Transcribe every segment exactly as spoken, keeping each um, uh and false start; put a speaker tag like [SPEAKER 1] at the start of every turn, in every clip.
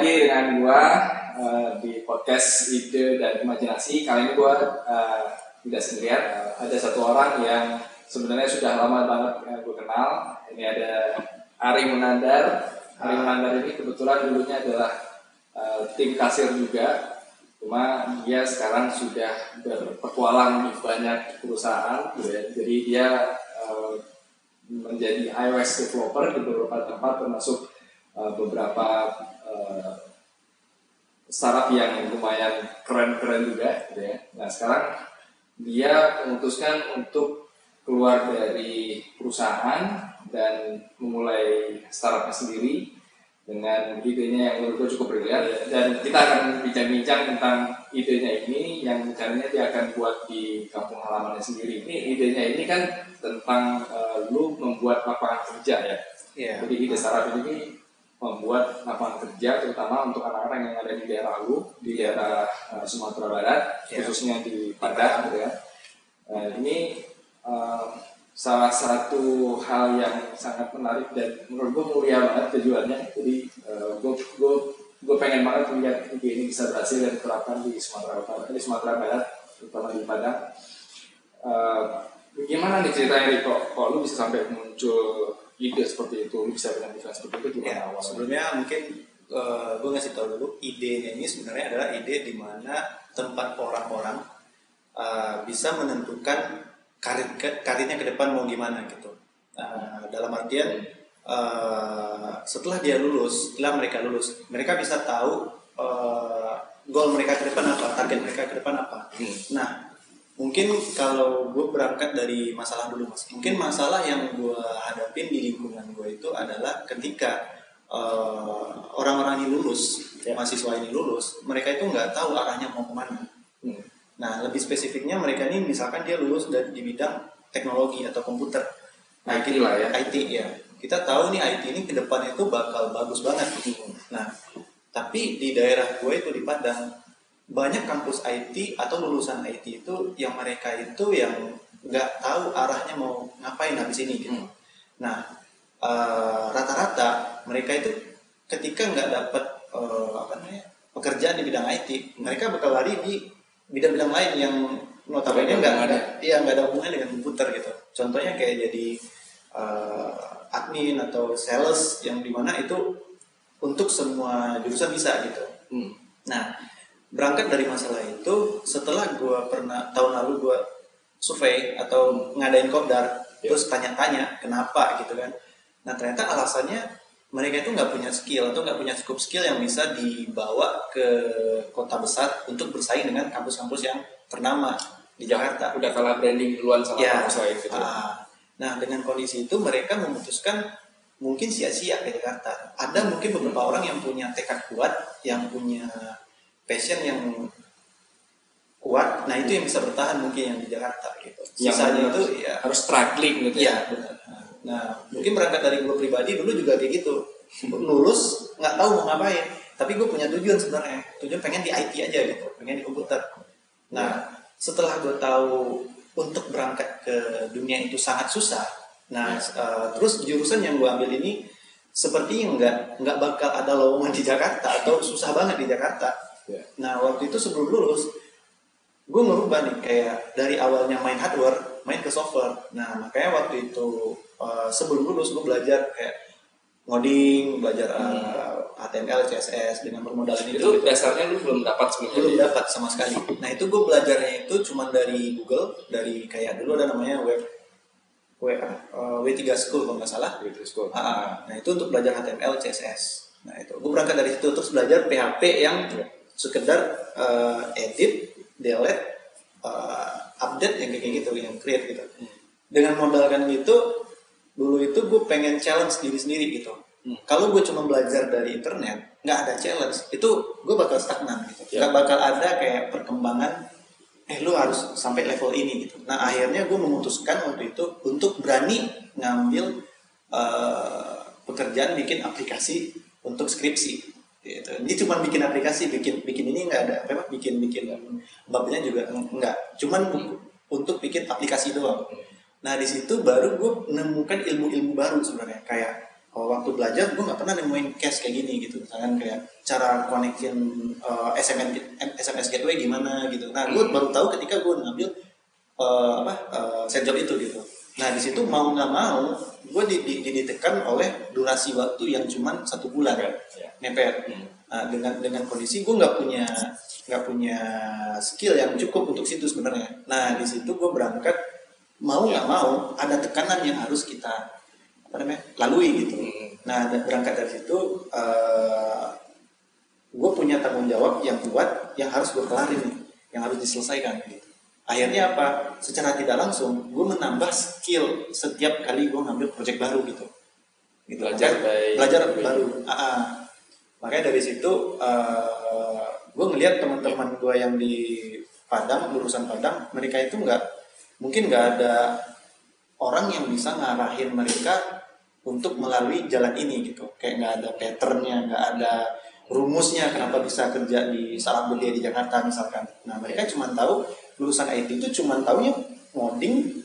[SPEAKER 1] lagi dengan gua uh, di podcast Ide dan Imajinasi. Kali ini gua uh, tidak sendirian. Uh, ada satu orang yang sebenarnya sudah lama banget uh, gua kenal. Ini ada Ari Munandar. Ari Munandar ini kebetulan dulunya adalah uh, tim kasir juga. Cuma dia sekarang sudah berpetualang di banyak perusahaan. Gitu ya. Jadi dia uh, menjadi iOS developer di beberapa tempat, termasuk uh, beberapa uh, startup yang lumayan keren-keren juga, gitu ya. Nah sekarang dia memutuskan untuk keluar dari perusahaan dan memulai startupnya sendiri dengan idenya yang menurut gue cukup brilian. Dan kita akan bincang-bincang tentang idenya ini yang rencananya dia akan buat di kampung halamannya sendiri. Ini idenya ini kan tentang uh, lu membuat lapangan kerja ya. Yeah. Jadi ide startup ini membuat lapangan kerja terutama untuk anak-anak yang ada di daerah lu, di daerah uh, Sumatera Barat, yeah. khususnya di Padang, gitu ya. Uh, ini uh, salah satu hal yang sangat menarik dan menurut gue mulia banget tujuannya. Jadi uh, gue gue gue pengen banget melihat ide ini bisa berhasil dan diterapkan di Sumatera Barat, di Sumatera Barat, terutama di Padang. Uh, gimana nih ceritanya kok kok lu bisa sampai muncul ide seperti itu, lu bisa bilang bisa seperti itu gimana
[SPEAKER 2] ya,
[SPEAKER 1] awalnya?
[SPEAKER 2] Sebelumnya mungkin uh, gue ngasih tahu dulu, idenya ini sebenarnya adalah ide di mana tempat orang-orang uh, bisa menentukan karir karirnya ke depan mau gimana gitu. Uh, dalam artian uh, setelah dia lulus, setelah mereka lulus, mereka bisa tahu uh, goal mereka ke depan apa, target mereka ke depan apa. Hmm. Nah, mungkin kalau gue berangkat dari masalah dulu mas, mungkin masalah yang gue hadapin di lingkungan gue itu adalah ketika uh, orang-orang ini lulus, ya. mahasiswa ini lulus, mereka itu nggak tahu arahnya mau kemana. Hmm. Nah lebih spesifiknya mereka ini misalkan dia lulus dari di bidang teknologi atau komputer, nah,
[SPEAKER 1] I T lah ya.
[SPEAKER 2] I T ya, kita tahu nih I T ini ke depan itu bakal bagus banget. Nah tapi di daerah gue itu di Padang banyak kampus I T atau lulusan I T itu yang mereka itu yang nggak tahu arahnya mau ngapain habis ini gitu. Hmm. Nah uh, rata-rata mereka itu ketika nggak dapat uh, apa namanya pekerjaan di bidang I T, mereka bakal lari di bidang-bidang lain yang notabene nggak ada, iya nggak ada hubungannya dengan komputer gitu. Contohnya kayak jadi uh, admin atau sales yang dimana itu untuk semua jurusan bisa gitu. Hmm. Nah berangkat dari masalah itu, setelah gue pernah tahun lalu gue survei atau ngadain kopdar, yeah. terus tanya-tanya kenapa gitu kan. Nah ternyata alasannya mereka itu nggak punya skill atau nggak punya cukup skill yang bisa dibawa ke kota besar untuk bersaing dengan kampus-kampus yang ternama di Jakarta.
[SPEAKER 1] Udah kalah branding duluan sama
[SPEAKER 2] yeah.
[SPEAKER 1] kampus lain gitu.
[SPEAKER 2] Ah. Nah dengan kondisi itu mereka memutuskan mungkin sia-sia ke Jakarta. Ada mungkin beberapa orang yang punya tekad kuat, yang punya passion yang kuat, nah itu yang bisa bertahan mungkin yang di Jakarta gitu. Sisanya itu ya
[SPEAKER 1] harus struggling gitu
[SPEAKER 2] ya. Benar. Nah mungkin berangkat dari gue pribadi dulu juga kayak gitu, lulus nggak tahu mau ngapain, tapi gue punya tujuan sebenarnya, tujuan pengen di I T aja gitu, pengen di komputer. Nah setelah gue tahu untuk berangkat ke dunia itu sangat susah, nah uh, terus jurusan yang gue ambil ini sepertinya nggak nggak bakal ada lowongan di Jakarta atau susah banget di Jakarta. Yeah. Nah waktu itu sebelum lulus gue ngerubah nih kayak dari awalnya main hardware main ke software. Nah makanya waktu itu uh, sebelum lulus gue belajar kayak ngoding, belajar uh, H T M L, C S S dengan permodalan itu.
[SPEAKER 1] Itu dasarnya lu belum dapat sebenarnya?
[SPEAKER 2] Belum dapat sama sekali. Nah itu gue belajarnya itu cuma dari Google, dari kayak dulu ada namanya web W, uh, W tiga School kalau nggak salah.
[SPEAKER 1] W tiga School.
[SPEAKER 2] Uh, nah itu untuk belajar H T M L, C S S. Nah itu gue berangkat dari situ terus belajar P H P yang yeah. sekedar uh, edit, delete, uh, update yang kayak gitu, yang create gitu. Hmm. Dengan modalkan gitu, dulu itu gue pengen challenge diri sendiri gitu. Hmm. Kalau gue cuma belajar dari internet, nggak ada challenge, itu gue bakal stagnan gitu. Yeah. Nggak bakal ada kayak perkembangan. Eh lu harus sampai level ini gitu. Nah akhirnya gue memutuskan waktu itu untuk berani ngambil uh, pekerjaan bikin aplikasi untuk skripsi. Gitu. Ini cuma bikin aplikasi, bikin bikin ini nggak ada apa bikin bikin babnya juga enggak, cuman hmm. untuk bikin aplikasi doang. Nah di situ baru gue menemukan ilmu-ilmu baru sebenarnya kayak uh, waktu belajar gue nggak pernah nemuin case kayak gini gitu. Misalkan kayak cara connection uh, S M S gateway gimana gitu. Nah gue baru tahu ketika gue ngambil uh, apa uh, set job itu gitu. Nah di situ mau nggak mau gue di, di, ditekan oleh durasi waktu yang cuma satu bulan mepet. Nah, dengan dengan kondisi gue nggak punya nggak punya skill yang cukup untuk situ sebenarnya. Nah di situ gue berangkat mau nggak mau ada tekanan yang harus kita apa namanya lalui gitu. Nah berangkat dari situ uh, gue punya tanggung jawab yang kuat yang harus gue kelarin nih, yang harus diselesaikan gitu. Akhirnya apa? Secara tidak langsung gue menambah skill setiap kali gue ngambil project baru gitu. Gitu.
[SPEAKER 1] Belajar baik,
[SPEAKER 2] belajar baru. Ah, makanya dari situ uh, gue ngelihat teman-teman gue yang di Padang, lulusan Padang, mereka itu nggak mungkin nggak ada orang yang bisa ngarahin mereka untuk melalui jalan ini gitu. Kayak nggak ada patternnya, nggak ada rumusnya kenapa bisa kerja di Salam Belia di Jakarta misalkan. Nah mereka cuma tahu lulusan I T itu cuma taunya ngoding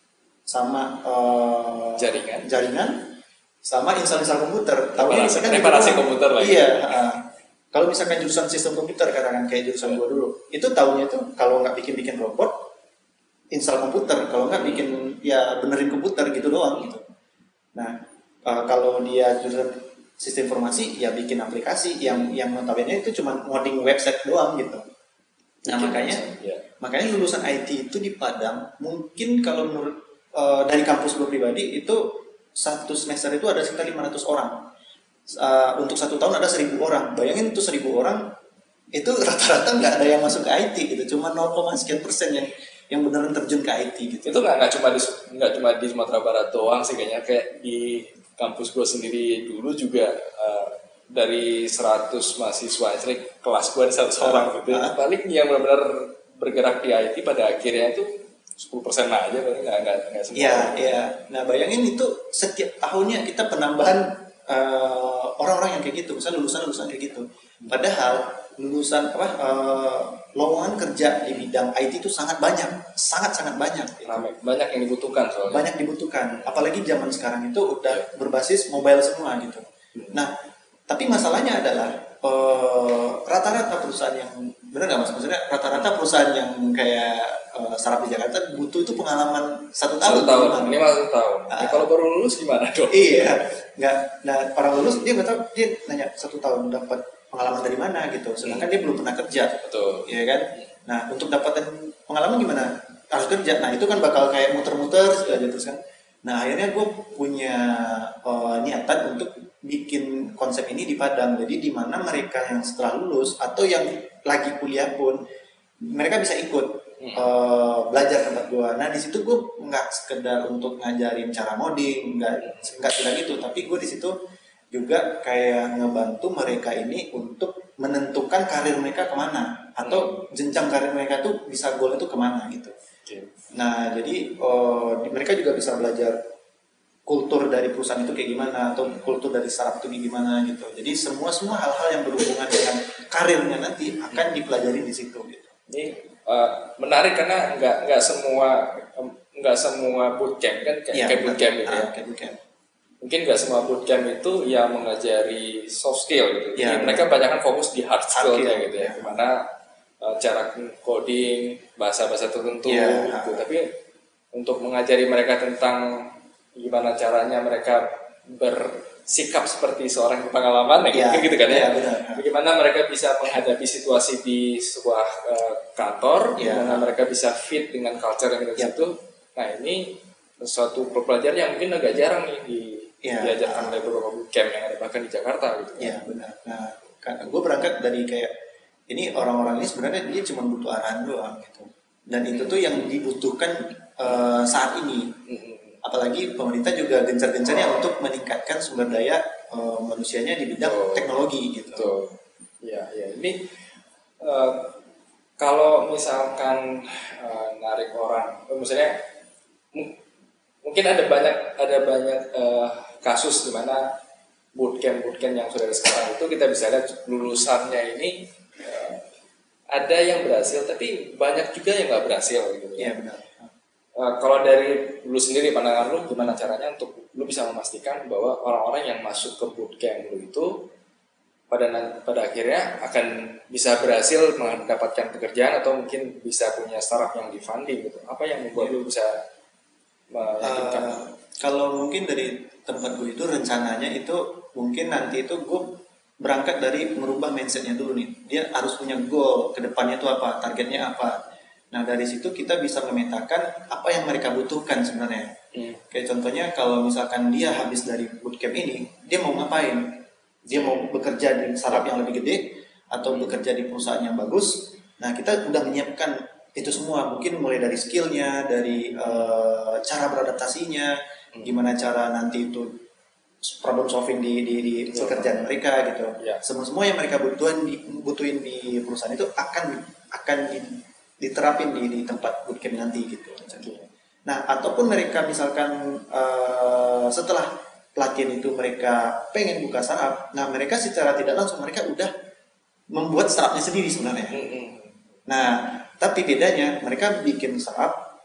[SPEAKER 2] sama uh,
[SPEAKER 1] jaringan,
[SPEAKER 2] jaringan sama install-install komputer. Tahunya misalkan
[SPEAKER 1] reparasi komputer lah.
[SPEAKER 2] Iya. Uh, kalau misalkan jurusan sistem komputer katakan kayak jurusan gua dulu, itu tahunya itu kalau nggak bikin-bikin robot, install komputer. Kalau nggak bikin ya benerin komputer gitu doang gitu. Nah uh, kalau dia jurusan sistem informasi ya bikin aplikasi yang yang notabene itu cuma ngoding website doang gitu. Nah makanya ya. makanya lulusan I T itu di Padang mungkin kalau menurut uh, dari kampus gue pribadi itu satu semester itu ada sekitar lima ratus orang. Uh, untuk satu tahun ada seribu orang. Bayangin tuh seribu orang itu rata-rata nggak ada yang masuk ke I T gitu, cuma nol, sekian persen yang yang beneran terjun ke I T gitu.
[SPEAKER 1] Itu nggak nggak cuma di nggak cuma di Sumatera Barat doang sih kayaknya, kayak di kampus gue sendiri dulu juga uh, dari seratus mahasiswa istri kelas gue ada seratus orang gitu. Uh, Paling yang benar-benar bergerak di I T pada akhirnya itu sepuluh persen aja, paling nggak nggak nggak semua.
[SPEAKER 2] Iya iya. Nah bayangin itu setiap tahunnya kita penambahan uh, orang-orang yang kayak gitu, misalnya lulusan-lulusan kayak gitu. Padahal lulusan apa uh, lowongan kerja di bidang I T itu sangat banyak, sangat-sangat banyak. Gitu.
[SPEAKER 1] Banyak yang dibutuhkan soalnya.
[SPEAKER 2] Banyak dibutuhkan, apalagi zaman sekarang itu udah yeah. berbasis mobile semua gitu. Hmm. Nah, tapi masalahnya adalah uh, rata-rata perusahaan yang benar nggak mas? Maksudnya rata-rata perusahaan yang kayak uh, startup di Jakarta butuh itu pengalaman satu tahun.
[SPEAKER 1] Satu tahun, ini mah satu tahun. Uh, ya, kalau baru lulus gimana dong?
[SPEAKER 2] Iya, nggak. Nah orang lulus dia nggak tahu, dia nanya satu tahun dapat pengalaman dari mana gitu, sedangkan hmm. dia belum pernah kerja.
[SPEAKER 1] Betul.
[SPEAKER 2] Iya kan? Nah untuk dapatin pengalaman gimana? Harus kerja. Nah itu kan bakal kayak muter-muter gitu terus kan. Nah akhirnya gue punya uh, niatan untuk bikin konsep ini di Padang. Jadi di mana mereka yang setelah lulus atau yang lagi kuliah pun mereka bisa ikut hmm. uh, belajar tempat gue. Nah di situ gue nggak sekedar untuk ngajarin cara ngoding, nggak nggak tidak gitu. Tapi gue di situ juga kayak ngebantu mereka ini untuk menentukan karir mereka kemana atau jenjang karir mereka tuh bisa goal itu kemana gitu. Okay. Nah jadi oh, mereka juga bisa belajar kultur dari perusahaan itu kayak gimana atau kultur dari startup itu kayak gimana gitu. Jadi semua semua hal-hal yang berhubungan dengan karirnya nanti akan dipelajari di situ. Gitu.
[SPEAKER 1] Ini uh, menarik karena nggak nggak semua nggak semua bootcamp kan kayak, ya, kayak bootcamp gitu ya. Kayak bootcamp. Mungkin nggak semua bootcamp itu yang mengajari soft skill gitu. Ya, Jadi mereka banyak kan fokus di hard skill-nya gitu ya. Gimana uh, cara coding, bahasa-bahasa tertentu ya, gitu. Tapi untuk mengajari mereka tentang gimana caranya mereka bersikap seperti seorang pengalaman ya, ya gitu kan ya. ya Bagaimana mereka bisa menghadapi situasi di sebuah uh, kantor, ya. Bagaimana mereka bisa fit dengan culture yang ada di situ. Nah, ini suatu pelajaran yang mungkin agak jarang nih di Ya, diajarkan oleh beberapa bootcamp yang ada bahkan di Jakarta gitu.
[SPEAKER 2] Iya benar. Nah, karena gue berangkat dari kayak ini orang-orang ini sebenarnya dia cuma butuh arahan doang gitu. Dan hmm. itu tuh yang dibutuhkan uh, saat ini. Hmm. Apalagi pemerintah juga gencar-gencarnya oh. untuk meningkatkan sumber daya uh, manusianya di bidang oh. teknologi gitu.
[SPEAKER 1] Iya, ya. Ini uh, kalau misalkan uh, narik orang, maksudnya m- mungkin ada banyak ada banyak uh, kasus di mana bootcamp bootcamp yang sudah ada sekarang itu kita bisa lihat lulusannya ini uh, ada yang berhasil tapi banyak juga yang nggak berhasil gitu.
[SPEAKER 2] Iya benar.
[SPEAKER 1] Uh, kalau dari lu sendiri, pandangan lu gimana caranya untuk lu bisa memastikan bahwa orang-orang yang masuk ke bootcamp lu itu pada pada akhirnya akan bisa berhasil mendapatkan pekerjaan atau mungkin bisa punya startup yang di funding gitu? Apa yang membuat lu bisa meyakinkan?
[SPEAKER 2] Uh, kalau mungkin dari tempat gue itu rencananya itu mungkin nanti itu gue berangkat dari merubah mindsetnya dulu nih. Dia harus punya goal ke depannya itu apa, targetnya apa. Nah dari situ kita bisa memetakan apa yang mereka butuhkan sebenarnya. Hmm. Kayak contohnya kalau misalkan dia habis dari bootcamp ini, dia mau ngapain? Dia mau bekerja di startup yang lebih gede atau bekerja di perusahaan yang bagus. Nah kita udah menyiapkan itu semua. Mungkin mulai dari skillnya, dari uh, cara beradaptasinya, hmm. gimana cara nanti itu problem solving di, di, di pekerjaan mereka gitu. Yeah. Semua semua yang mereka butuhin di, butuhin di perusahaan itu akan akan di diterapin di, di tempat bootcamp nanti gitu. Nah, ataupun mereka misalkan uh, setelah pelatihan itu mereka pengen buka startup, nah mereka secara tidak langsung mereka udah membuat startupnya sendiri sebenarnya. Nah, tapi bedanya mereka bikin startup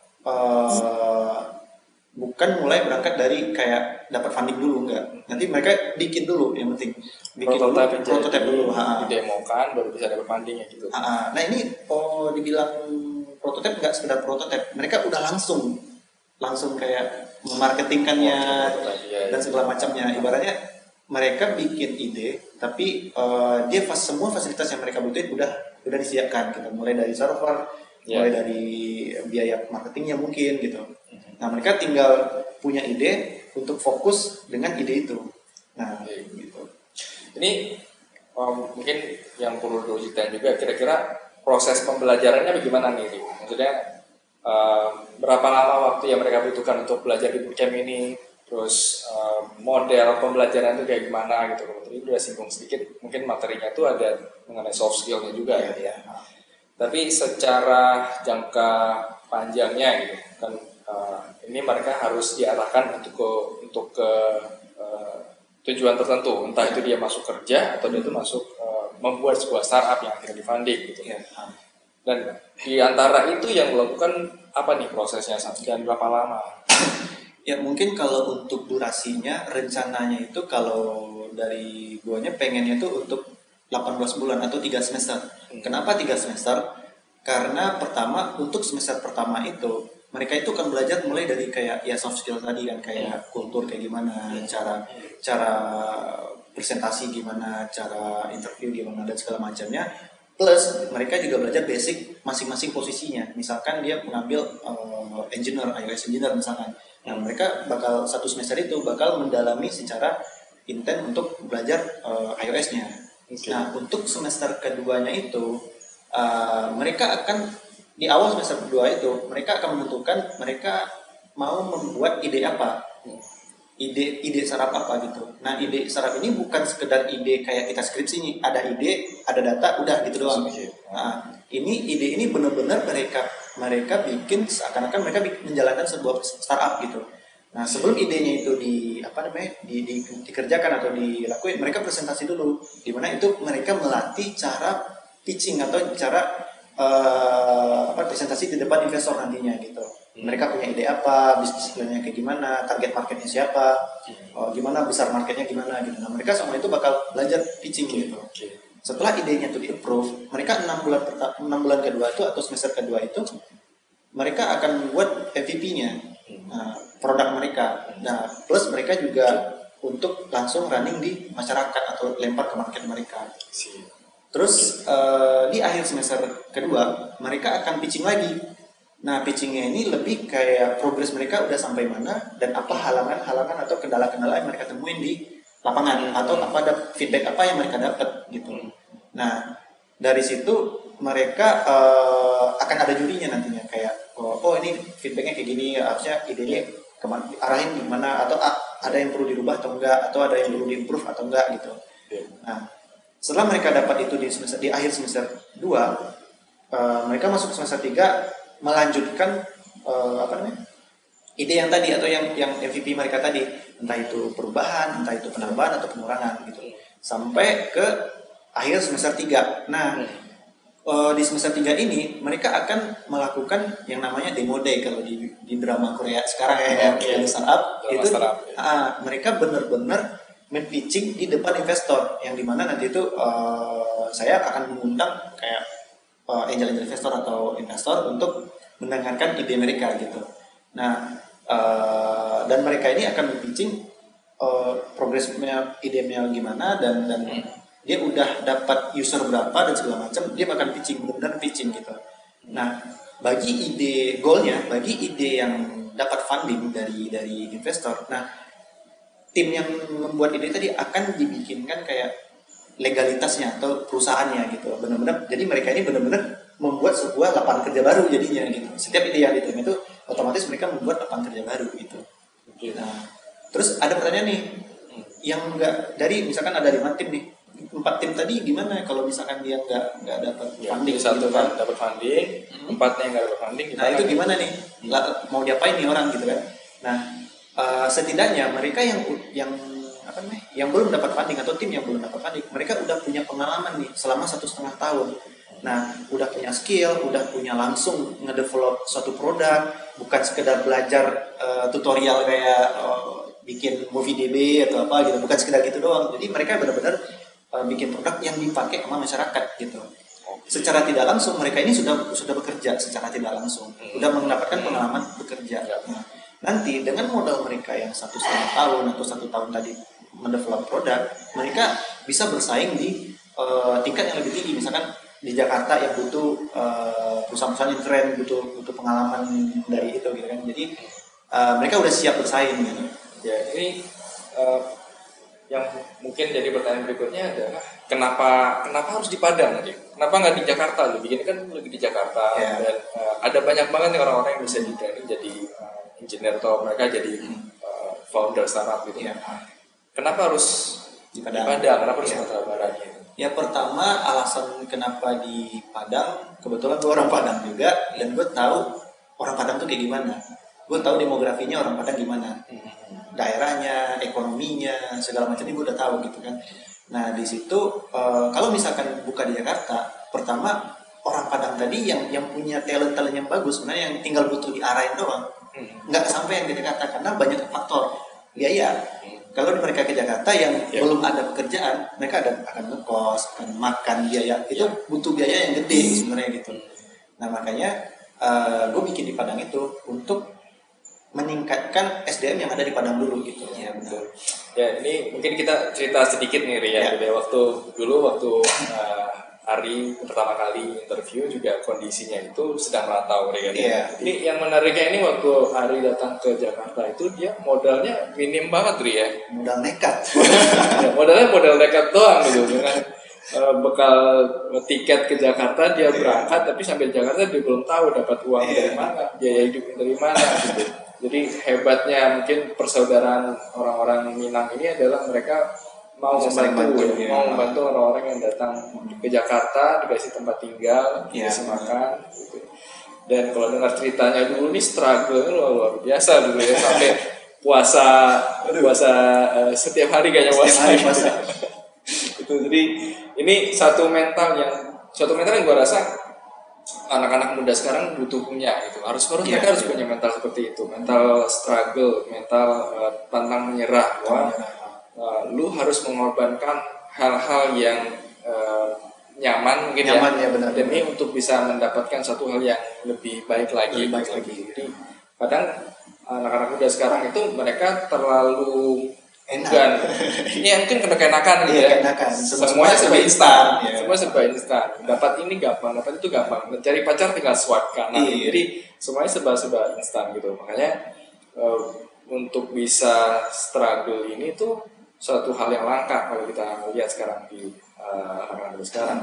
[SPEAKER 2] uh, bukan mulai berangkat dari kayak dapat funding dulu, enggak. Nanti mereka bikin dulu, yang penting bikin
[SPEAKER 1] prototype
[SPEAKER 2] dulu, prototype dulu,
[SPEAKER 1] didemokan baru bisa dapat funding ya gitu.
[SPEAKER 2] Ha-ha. Nah ini oh dibilang prototype enggak sekedar prototype, mereka udah langsung langsung kayak memarketingkannya dan segala macamnya. Ibaratnya mereka bikin ide, tapi uh, dia fas semua fasilitas yang mereka butuhin udah udah disiapkan. Kita mulai dari server, yeah. mulai dari biaya marketingnya mungkin gitu. Nah mereka tinggal punya ide untuk fokus dengan ide itu. Nah okay. gitu.
[SPEAKER 1] Ini um, mungkin yang perlu diceritain juga kira-kira proses pembelajarannya bagaimana nih? Maksudnya um, berapa lama waktu yang mereka butuhkan untuk belajar di bootcamp ini? Terus um, model pembelajaran itu kayak gimana gitu? Kalau tadi udah singgung sedikit, mungkin materinya itu ada mengenai soft skill-nya juga ya. ya. Tapi secara jangka panjangnya gitu kan. Uh, ini mereka harus diarahkan untuk ke untuk ke uh, tujuan tertentu, entah itu dia masuk kerja atau dia itu masuk uh, membuat sebuah startup yang akhirnya difunding gitu. Ya. Dan di antara itu yang melakukan apa nih prosesnya dan berapa lama?
[SPEAKER 2] Ya mungkin kalau untuk durasinya rencananya itu kalau dari guanya pengennya itu untuk delapan belas bulan atau tiga semester. Hmm. Kenapa tiga semester? Karena pertama untuk semester pertama itu mereka itu kan belajar mulai dari kayak ya soft skill tadi kan kayak kultur kayak gimana, cara cara presentasi gimana, cara interview gimana dan segala macamnya. Plus mereka juga belajar basic masing-masing posisinya. Misalkan dia mengambil uh, engineer, iOS engineer misalkan. Nah mereka bakal satu semester itu bakal mendalami secara intens untuk belajar uh, iOS-nya. Okay. Nah untuk semester keduanya itu uh, mereka akan di awal semester kedua itu mereka akan menentukan mereka mau membuat ide apa, ide ide startup apa gitu. Nah ide startup ini bukan sekedar ide kayak kita skripsi nih, ada ide, ada data, udah gitu doang. Nah ini ide ini benar-benar mereka mereka bikin seakan-akan mereka menjalankan sebuah startup gitu. Nah sebelum idenya itu di apa namanya di, di, dikerjakan atau dilakuin, mereka presentasi dulu, di mana itu mereka melatih cara pitching atau cara Uh, apa presentasi di depan investor nantinya gitu. Hmm. Mereka punya ide apa, bisnis plannya kayak gimana, target marketnya siapa, hmm. uh, gimana besar marketnya gimana gitu. Nah mereka semua itu bakal belajar pitching gitu. Okay. Setelah idenya itu di approve, mereka enam bulan enam bulan kedua itu atau semester kedua itu mereka akan membuat M V P-nya, uh, produk mereka. Nah plus mereka juga untuk langsung running di masyarakat atau lempar ke market mereka. Terus uh, di akhir semester kedua mereka akan pitching lagi. Nah pitchingnya ini lebih kayak progres mereka udah sampai mana dan apa halangan-halangan atau kendala-kendala yang mereka temuin di lapangan atau apa ada feedback apa yang mereka dapat gitu. Nah dari situ mereka uh, akan ada jurinya nantinya kayak oh, oh ini feedbacknya kayak gini harusnya idenya kemana, arahin gimana atau ah, ada yang perlu dirubah atau enggak atau ada yang perlu diimprove atau enggak gitu. Nah setelah mereka dapat itu di semester di akhir semester dua, uh, mereka masuk semester tiga melanjutkan uh, apa namanya? ide yang tadi atau yang yang M V P mereka tadi, entah itu perubahan, entah itu penambahan atau pengurangan gitu. Sampai ke akhir semester tiga. Nah, uh, di semester tiga ini mereka akan melakukan yang namanya demo day kalau di, di drama Korea sekarang ya, yang
[SPEAKER 1] Oke.
[SPEAKER 2] startup
[SPEAKER 1] Drama
[SPEAKER 2] itu
[SPEAKER 1] startup, ya.
[SPEAKER 2] uh, mereka benar-benar main pitching di depan investor yang dimana nanti itu uh, saya akan mengundang kayak uh, angel-angel investor atau investor untuk mendengarkan ide mereka gitu. Nah uh, dan mereka ini akan pitching uh, progresnya idenya gimana dan dan
[SPEAKER 1] Hmm.
[SPEAKER 2] dia udah dapat user berapa dan segala macam, dia bakal pitching, benar-benar pitching gitu. Nah, bagi ide goalnya, bagi ide yang dapat funding dari dari investor, nah tim yang membuat ide tadi akan dibikinkan kayak legalitasnya atau perusahaannya gitu, benar-benar. Jadi mereka ini benar-benar membuat sebuah lapangan kerja baru jadinya gitu. Setiap ide yang diterima itu otomatis mereka membuat lapangan kerja baru gitu. Nah, terus ada pertanyaan nih, yang enggak dari misalkan ada lima tim nih, empat tim tadi gimana kalau misalkan dia nggak nggak dapat
[SPEAKER 1] Ya,
[SPEAKER 2] funding
[SPEAKER 1] satu
[SPEAKER 2] gitu
[SPEAKER 1] kan dapat funding,
[SPEAKER 2] Hmm.
[SPEAKER 1] empatnya nggak dapat funding.
[SPEAKER 2] Nah itu gimana nih? Lah, mau diapain nih orang gitu kan? Nah uh, setidaknya mereka yang yang apa namanya? Yang belum dapat funding atau tim yang belum dapat funding, mereka udah punya pengalaman nih selama satu setengah tahun. Nah udah punya skill, udah punya langsung ngedevelop suatu produk, bukan sekedar belajar uh, tutorial kayak uh, bikin movie D B atau apa gitu, bukan sekedar gitu doang. Jadi mereka benar-benar uh, bikin produk yang dipakai sama masyarakat gitu. Secara tidak langsung mereka ini sudah sudah bekerja secara tidak langsung,
[SPEAKER 1] Hmm.
[SPEAKER 2] sudah mendapatkan pengalaman bekerja. Nah, nanti dengan modal mereka yang satu setengah tahun atau satu tahun tadi mendevelop produk, mereka bisa bersaing di uh, tingkat yang lebih tinggi. Misalkan di Jakarta yang butuh uh, perusahaan-perusahaan yang keren, butuh butuh pengalaman dari itu gitu kan. Jadi uh, mereka udah siap bersaing gitu.
[SPEAKER 1] Ya ini uh, yang mungkin jadi pertanyaan berikutnya adalah kenapa kenapa harus di Padang aja? Kenapa nggak di Jakarta? Lu bikin kan lagi di Jakarta
[SPEAKER 2] Yeah.
[SPEAKER 1] dan uh, ada banyak banget nih orang-orang yang bisa di training jadi uh, engineer atau mereka jadi uh, founder startup gitu.
[SPEAKER 2] Yeah.
[SPEAKER 1] Kenapa harus
[SPEAKER 2] Di
[SPEAKER 1] di
[SPEAKER 2] Padang.
[SPEAKER 1] Padang? Kenapa harus
[SPEAKER 2] Yeah.
[SPEAKER 1] Sumatera Barat gitu?
[SPEAKER 2] Ya pertama alasan kenapa di Padang, kebetulan gue orang Padang juga dan gue tahu orang Padang tuh kayak gimana. Gue tahu demografinya orang Padang gimana, daerahnya, ekonominya, segala macam ini gue udah tahu gitu kan. Nah di situ uh, kalau misalkan buka di Jakarta, pertama orang Padang tadi yang yang punya talent talent yang bagus, sebenarnya yang tinggal butuh diarahin doang, nggak sampai yang di Jakarta karena banyak faktor biaya. Kalau mereka ke Jakarta yang
[SPEAKER 1] Ya.
[SPEAKER 2] belum ada pekerjaan, mereka ada akan ngekos, akan makan biaya, itu butuh biaya yang gede sebenarnya gitu. Nah makanya uh, gue bikin di Padang itu untuk meningkatkan S D M yang ada di Padang dulu gitu.
[SPEAKER 1] Ya betul. Ya ini mungkin kita cerita sedikit nih Ria.
[SPEAKER 2] Ya.
[SPEAKER 1] Gitu ya. Waktu dulu waktu uh, Ari pertama kali interview juga kondisinya itu sedang merantau Ria.
[SPEAKER 2] Iya.
[SPEAKER 1] Ini yang menariknya ini waktu Ari datang ke Jakarta itu dia modalnya minim banget Ria.
[SPEAKER 2] Modal nekat.
[SPEAKER 1] Ya, modalnya modal nekat doang gitu dengan uh, bekal tiket ke Jakarta dia berangkat tapi sampai di Jakarta dia belum tahu dapat uang
[SPEAKER 2] Iya.
[SPEAKER 1] dari mana, biaya hidupnya dari mana gitu. Jadi hebatnya mungkin persaudaraan orang-orang Minang ini adalah mereka mau
[SPEAKER 2] Bisa saling
[SPEAKER 1] membantu,
[SPEAKER 2] bantu,
[SPEAKER 1] ya,
[SPEAKER 2] ya.
[SPEAKER 1] mau membantu orang-orang yang datang ke Jakarta dikasih tempat tinggal,
[SPEAKER 2] Ya.
[SPEAKER 1] dikasih makan. Gitu. Dan kalau dengar ceritanya dulu nih struggle luar, luar biasa dulu ya sampai puasa puasa uh, setiap hari kayaknya puasa.
[SPEAKER 2] Setiap hari puasa.
[SPEAKER 1] Gitu. Jadi ini satu mental yang satu mental yang gue rasa anak-anak muda sekarang butuh punya gitu. Harus harus
[SPEAKER 2] Iya,
[SPEAKER 1] mereka harus
[SPEAKER 2] iya.
[SPEAKER 1] punya mental seperti itu, mental struggle, mental uh, pantang menyerah. Wah, uh, lu harus mengorbankan hal-hal yang uh, nyaman mungkin
[SPEAKER 2] Nyaman,
[SPEAKER 1] ya,
[SPEAKER 2] ya, benar.
[SPEAKER 1] demi untuk bisa mendapatkan satu hal yang lebih baik lagi.
[SPEAKER 2] Lebih baik
[SPEAKER 1] gitu.
[SPEAKER 2] lagi.
[SPEAKER 1] Jadi kadang anak-anak muda sekarang itu mereka terlalu
[SPEAKER 2] Enak.
[SPEAKER 1] dan ya mungkin kena kenakan gitu
[SPEAKER 2] Iya,
[SPEAKER 1] ya.
[SPEAKER 2] keenakan.
[SPEAKER 1] Semuanya serba
[SPEAKER 2] Semua
[SPEAKER 1] instan,
[SPEAKER 2] instan, ya.
[SPEAKER 1] semua serba instan. Dapat ini gampang, dapat itu gampang. Mencari pacar tinggal swipe kanan.
[SPEAKER 2] Iya.
[SPEAKER 1] Jadi semuanya serba serba instan gitu. Makanya uh, untuk bisa struggle ini tuh suatu hal yang langka kalau kita lihat sekarang di uh, anak-anak muda sekarang.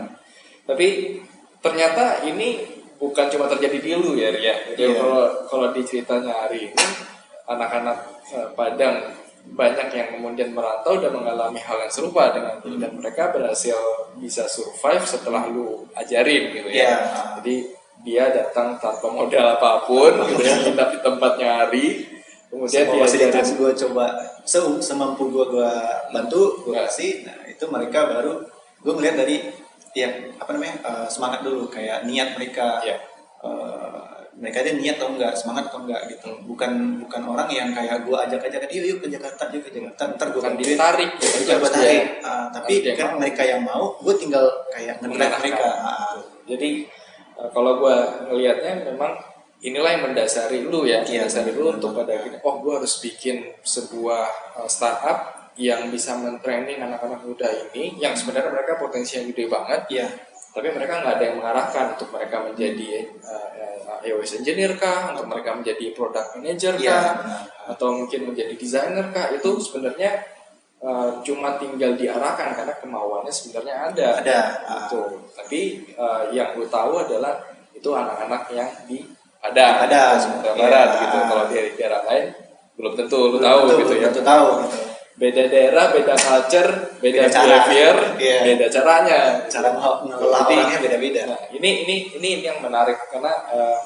[SPEAKER 1] Tapi ternyata ini bukan cuma terjadi di lu ya, Ria. Jadi
[SPEAKER 2] Iya.
[SPEAKER 1] kalau kalau di ceritanya hari ini anak-anak uh, Padang banyak yang kemudian merantau dan mengalami hal yang serupa dengan ini dan mereka berhasil bisa survive setelah lu ajarin gitu ya.
[SPEAKER 2] Iya.
[SPEAKER 1] Jadi dia datang tanpa modal apapun gitu ya, nginap di tempatnya Ari. Kemudian
[SPEAKER 2] Semua
[SPEAKER 1] dia
[SPEAKER 2] fasilitas
[SPEAKER 1] ajarin
[SPEAKER 2] gue coba se- semampu gue gue bantu, gue
[SPEAKER 1] Ya.
[SPEAKER 2] kasih. Nah itu mereka baru gue ngeliat dari ya apa namanya uh, semangat dulu, kayak niat mereka.
[SPEAKER 1] Yeah.
[SPEAKER 2] Uh, mereka ada niat atau enggak, semangat atau enggak gitu. Bukan bukan orang yang kayak gue ajak-ajak, yuk yuk ke Jakarta, yuk ke Jakarta, ntar gue bantuin,
[SPEAKER 1] ditarik,
[SPEAKER 2] bukan gue tarik. Uh, tapi kan mereka yang mau, gue tinggal kayak nge-drive mereka. Uh,
[SPEAKER 1] Jadi uh, kalau gue ngelihatnya memang inilah yang mendasari lu ya,
[SPEAKER 2] iya,
[SPEAKER 1] mendasari lu untuk pada gini, oh gue harus bikin sebuah uh, startup yang bisa men-training anak-anak muda ini, yang sebenarnya mereka potensinya gede banget.
[SPEAKER 2] Iya.
[SPEAKER 1] Tapi mereka nggak ada yang mengarahkan untuk mereka menjadi uh, iOS engineer kah, untuk mereka menjadi product manager kah,
[SPEAKER 2] ya,
[SPEAKER 1] atau mungkin menjadi designer kah. Itu sebenarnya uh, cuma tinggal diarahkan karena kemauannya sebenarnya ada.
[SPEAKER 2] Ada.
[SPEAKER 1] Gitu. Tapi uh, yang gue tahu adalah itu anak-anak yang di Padang,
[SPEAKER 2] ada
[SPEAKER 1] Sumatera Barat ya. Gitu. Kalau di daerah lain belum tentu lu tahu
[SPEAKER 2] tentu,
[SPEAKER 1] gitu ya.
[SPEAKER 2] Tentu tahu. Gitu.
[SPEAKER 1] Beda daerah, beda culture, beda,
[SPEAKER 2] beda
[SPEAKER 1] behavior,
[SPEAKER 2] yeah.
[SPEAKER 1] beda caranya.
[SPEAKER 2] Cara mengelola orangnya beda-beda.
[SPEAKER 1] Nah, ini ini ini yang menarik karena uh,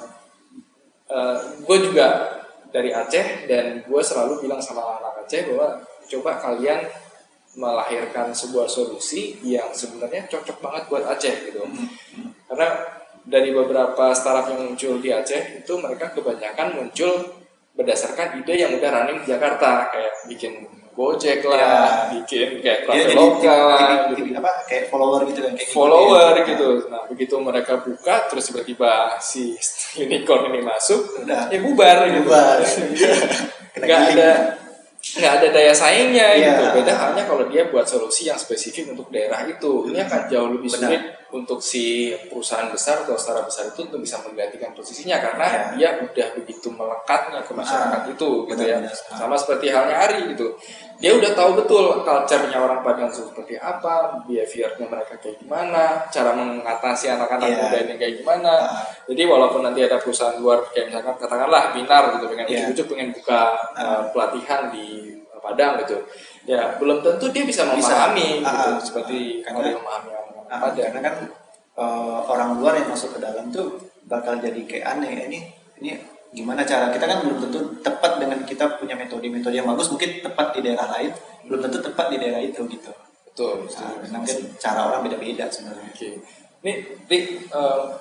[SPEAKER 1] uh, gue juga dari Aceh dan gue selalu bilang sama anak Aceh bahwa coba kalian melahirkan sebuah solusi yang sebenarnya cocok banget buat Aceh gitu. Hmm. Karena dari beberapa startup yang muncul di Aceh itu mereka kebanyakan muncul berdasarkan ide yang udah running di Jakarta, kayak bikin Gojek lah, ya. Bikin kayak Traveloka,
[SPEAKER 2] gitu. Apa kayak follower gitu kan, kayak
[SPEAKER 1] follower gitu. gitu. Nah begitu mereka buka, terus tiba-tiba si unicorn ini masuk, udah ya bubar,
[SPEAKER 2] bubar.
[SPEAKER 1] Gitu. Nggak ada nggak ada daya saingnya ya. Gitu. Beda halnya kalau dia buat solusi yang spesifik untuk daerah itu, ini akan jauh lebih sulit. Benar. Untuk si perusahaan besar atau startup besar itu untuk bisa menggantikan posisinya karena ya. Dia udah begitu melekatnya ke masyarakat ah, itu gitu benar, ya benar. Sama seperti halnya Ari gitu, dia udah tahu betul culture-nya orang Padang seperti apa, behavior-nya mereka kayak gimana, cara mengatasi anak-anak yeah. muda ini kayak gimana. ah. Jadi walaupun nanti ada perusahaan luar kayak misalkan katakanlah Binar gitu pengen yeah. ujuk-ujuk pengen buka uh, pelatihan di Padang gitu ya, belum tentu dia bisa memahami bisa. gitu ah, seperti
[SPEAKER 2] karena
[SPEAKER 1] dia memahami
[SPEAKER 2] Nah, karena kan uh, orang luar yang masuk ke dalam tuh bakal jadi kayak aneh, ini ini gimana cara kita kan belum tentu tepat dengan kita punya metode-metode yang bagus, mungkin tepat di daerah lain, belum tentu tepat di daerah itu gitu.
[SPEAKER 1] Betul.
[SPEAKER 2] Nah, mungkin cara orang beda-beda sebenarnya.
[SPEAKER 1] Oke. Nih, Rik, uh,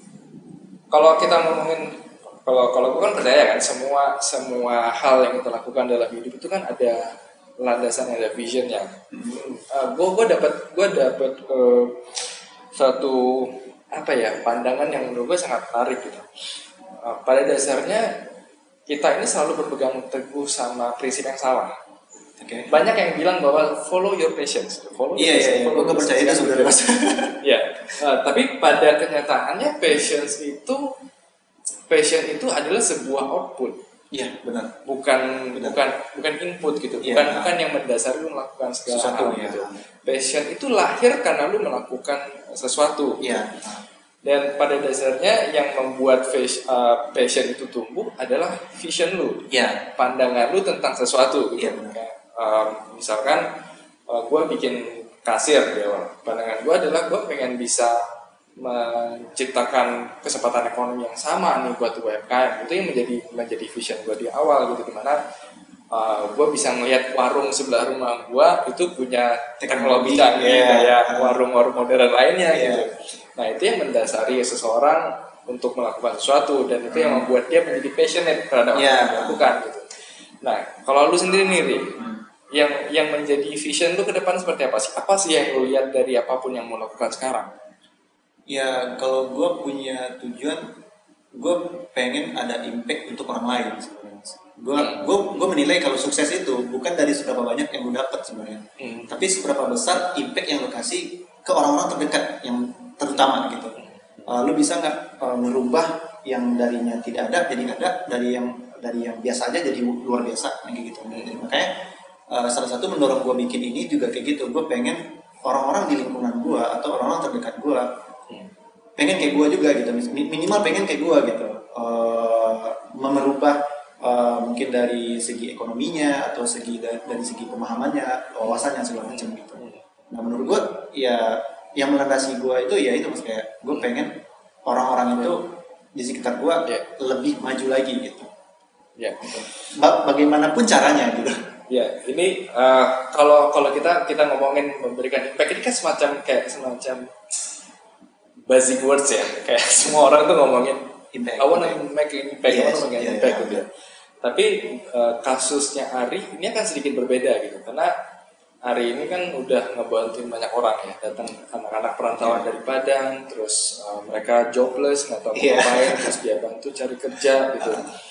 [SPEAKER 1] kalau kita ngomongin kalau kalau gue kan percaya kan semua semua hal yang kita lakukan dalam hidup itu kan ada landasan, ada visionnya. Hmm. Uh, gue gue dapat gue dapat uh, satu apa ya pandangan yang menurut gue sangat menarik gitu. Uh, pada dasarnya kita ini selalu berpegang teguh sama prinsip yang salah. Okay. Banyak yang bilang bahwa follow your passions. Follow
[SPEAKER 2] iya iya. iya. Gue percaya itu sebenarnya mas.
[SPEAKER 1] Ya. Uh, tapi pada kenyataannya passions itu passion itu adalah sebuah output.
[SPEAKER 2] Iya benar.
[SPEAKER 1] Bukan benar. bukan bukan input gitu. Bukan ya, bukan yang mendasari lu melakukan segala
[SPEAKER 2] sesuatu,
[SPEAKER 1] hal
[SPEAKER 2] ya.
[SPEAKER 1] gitu. Passion itu lahir karena lu melakukan sesuatu.
[SPEAKER 2] Iya.
[SPEAKER 1] Dan pada dasarnya yang membuat uh, passion itu tumbuh adalah vision lu.
[SPEAKER 2] Iya.
[SPEAKER 1] Pandangan lu tentang sesuatu gitu.
[SPEAKER 2] Iya benar.
[SPEAKER 1] Uh, misalkan uh, gue bikin kasir di awal. Pandangan gue adalah gue pengen bisa menciptakan kesempatan ekonomi yang sama nih buat U M K M. Itu yang menjadi menjadi vision gue di awal gitu, dimana uh, gue bisa melihat warung sebelah rumah gue itu punya teknologi canggih yeah. kayak warung-warung modern lainnya yeah. gitu. Nah itu yang mendasari seseorang untuk melakukan sesuatu, dan itu hmm. yang membuat dia menjadi passionate terhadap apa yeah. yang dilakukan gitu. Nah kalau lu sendiri nih Ri, hmm. yang yang menjadi vision lu ke depan seperti apa sih? Apa sih yang lu lihat dari apapun yang mau lakukan sekarang?
[SPEAKER 2] Ya kalau gue punya tujuan, gue pengen ada impact untuk orang lain sebenarnya. Gue hmm. gue gue menilai kalau sukses itu bukan dari seberapa banyak yang lu dapat sebenarnya, hmm. tapi seberapa besar impact yang lu kasih ke orang-orang terdekat yang terutama gitu. Uh, lu bisa nggak uh, merubah yang darinya tidak ada jadi ada, dari yang dari yang biasa aja jadi luar biasa kayak gitu. Hmm. Makanya uh, salah satu mendorong gue bikin ini juga kayak gitu. Gue pengen orang-orang di lingkungan gue atau orang-orang terdekat gue pengen kayak gue juga gitu, minimal pengen kayak gue gitu, uh, merubah uh, mungkin dari segi ekonominya atau segi dari, dari segi pemahamannya, wawasannya segala macam gitu. Nah menurut gue ya yang melandasi gue itu ya itu mas, kayak gue pengen orang-orang itu di sekitar gue yeah. lebih maju lagi gitu.
[SPEAKER 1] Ya.
[SPEAKER 2] Ba- bagaimanapun caranya gitu.
[SPEAKER 1] Ya, ini uh, kalau kalau kita kita ngomongin memberikan impact ini kan semacam kayak semacam basic words ya, kayak semua orang tuh ngomongin
[SPEAKER 2] Impact.
[SPEAKER 1] I wanna make impact, I
[SPEAKER 2] Yes,
[SPEAKER 1] wanna make
[SPEAKER 2] yeah,
[SPEAKER 1] impact
[SPEAKER 2] yeah.
[SPEAKER 1] gitu ya. Tapi uh, kasusnya Ari ini akan sedikit berbeda gitu, karena Ari ini kan udah ngebantuin banyak orang ya, datang anak-anak perantauan dari Padang, terus uh, mereka jobless nggak tahu mau
[SPEAKER 2] Yeah.
[SPEAKER 1] ngapain, terus dia bantu cari kerja gitu.